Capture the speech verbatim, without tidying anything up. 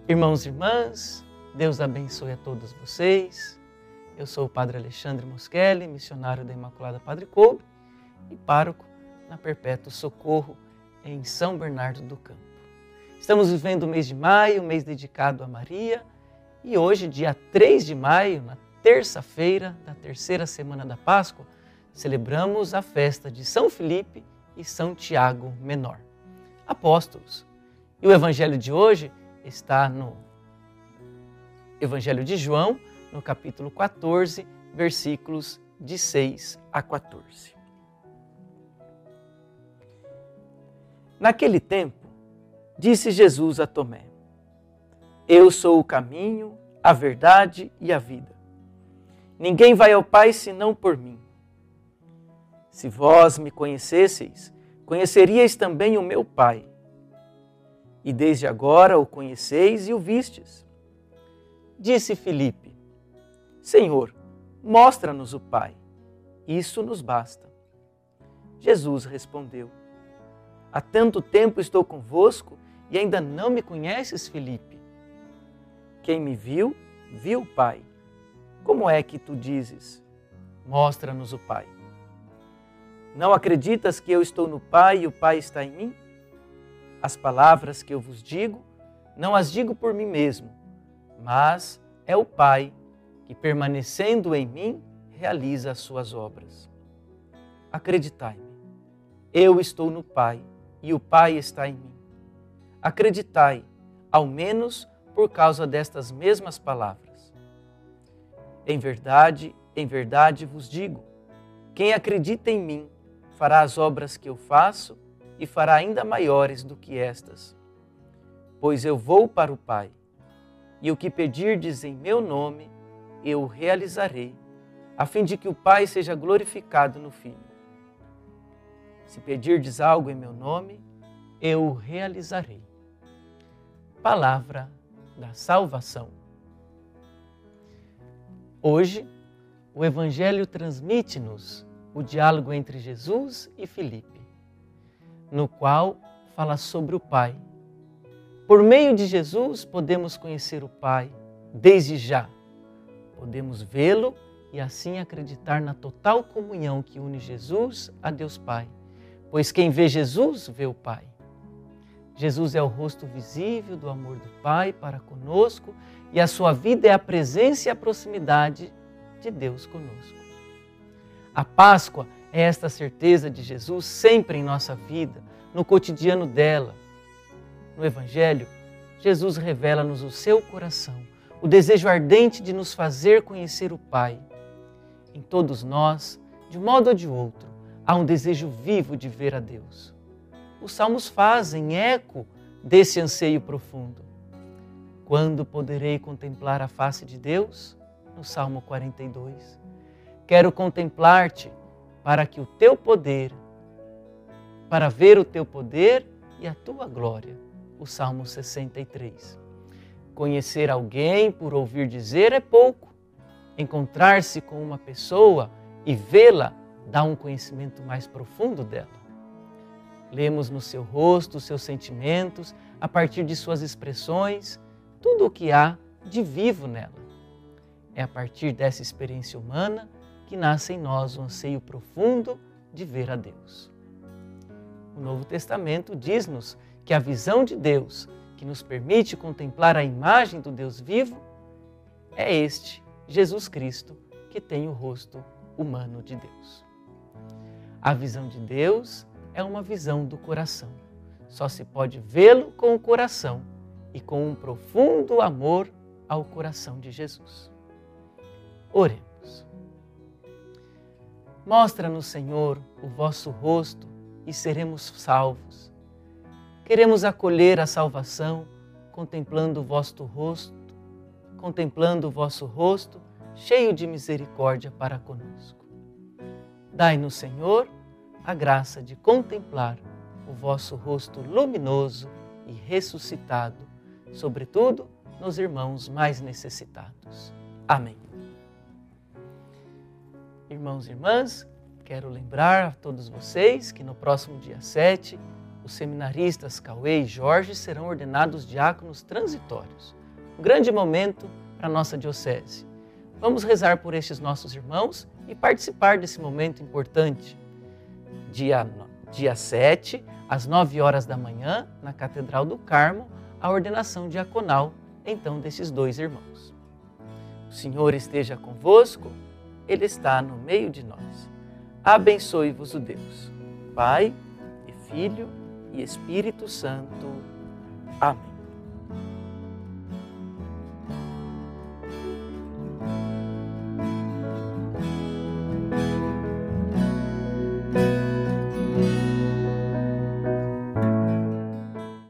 Irmãos e irmãs, Deus abençoe a todos vocês. Eu sou o Padre Alexandre Moschelli, missionário da Imaculada Padre Coube e pároco na Perpétuo Socorro em São Bernardo do Campo. Estamos vivendo o mês de maio, mês dedicado a Maria, e hoje, dia três de maio, na terça-feira da terceira semana da Páscoa, celebramos a festa de São Filipe e São Tiago Menor, apóstolos. E o evangelho de hoje está no Evangelho de João, no capítulo quatorze, versículos de seis a quatorze. Naquele tempo, disse Jesus a Tomé: Eu sou o caminho, a verdade e a vida. Ninguém vai ao Pai senão por mim. Se vós me conhecesseis, conheceríeis também o meu Pai. E desde agora o conheceis e o vistes. Disse Filipe: Senhor, mostra-nos o Pai. Isso nos basta. Jesus respondeu: Há tanto tempo estou convosco e ainda não me conheces, Filipe? Quem me viu, viu o Pai. Como é que tu dizes: Mostra-nos o Pai? Não acreditas que eu estou no Pai e o Pai está em mim? As palavras que eu vos digo, não as digo por mim mesmo, mas é o Pai que, permanecendo em mim, realiza as suas obras. Acreditai-me, eu estou no Pai e o Pai está em mim. Acreditai, ao menos por causa destas mesmas palavras. Em verdade, em verdade vos digo, quem acredita em mim fará as obras que eu faço e fará ainda maiores do que estas. Pois eu vou para o Pai, e o que pedirdes em meu nome, eu o realizarei, a fim de que o Pai seja glorificado no Filho. Se pedirdes algo em meu nome, eu o realizarei. Palavra da salvação. Hoje, o Evangelho transmite-nos o diálogo entre Jesus e Filipe, no qual fala sobre o Pai. Por meio de Jesus, podemos conhecer o Pai desde já. Podemos vê-lo e assim acreditar na total comunhão que une Jesus a Deus Pai, pois quem vê Jesus, vê o Pai. Jesus é o rosto visível do amor do Pai para conosco e a sua vida é a presença e a proximidade de Deus conosco. A Páscoa é esta certeza de Jesus sempre em nossa vida, no cotidiano dela. No Evangelho, Jesus revela-nos o seu coração, o desejo ardente de nos fazer conhecer o Pai. Em todos nós, de um modo ou de outro, há um desejo vivo de ver a Deus. Os salmos fazem eco desse anseio profundo. Quando poderei contemplar a face de Deus? No Salmo quarenta e dois. Quero contemplar-te para que o teu poder, para ver o teu poder e a tua glória. O Salmo sessenta e três. Conhecer alguém por ouvir dizer é pouco. Encontrar-se com uma pessoa e vê-la dá um conhecimento mais profundo dela. Lemos no seu rosto os seus sentimentos, a partir de suas expressões, tudo o que há de vivo nela. É a partir dessa experiência humana que nasce em nós o anseio profundo de ver a Deus. O Novo Testamento diz-nos que a visão de Deus, que nos permite contemplar a imagem do Deus vivo, é este, Jesus Cristo, que tem o rosto humano de Deus. A visão de Deus é uma visão do coração. Só se pode vê-lo com o coração e com um profundo amor ao coração de Jesus. Oremos. Mostra-nos, Senhor, o vosso rosto e seremos salvos. Queremos acolher a salvação contemplando o vosso rosto, contemplando o vosso rosto cheio de misericórdia para conosco. Dai-nos, Senhor, a graça de contemplar o vosso rosto luminoso e ressuscitado, sobretudo nos irmãos mais necessitados. Amém. Irmãos e irmãs, quero lembrar a todos vocês que no próximo dia sete, os seminaristas Cauê e Jorge serão ordenados diáconos transitórios. um grande momento para a nossa diocese. Vamos rezar por estes nossos irmãos e participar desse momento importante. Dia, dia sete, às nove horas da manhã, na Catedral do Carmo, a ordenação diaconal, então, desses dois irmãos. O Senhor esteja convosco, Ele está no meio de nós. Abençoe-vos o Deus, Pai e Filho e Espírito Santo. Amém.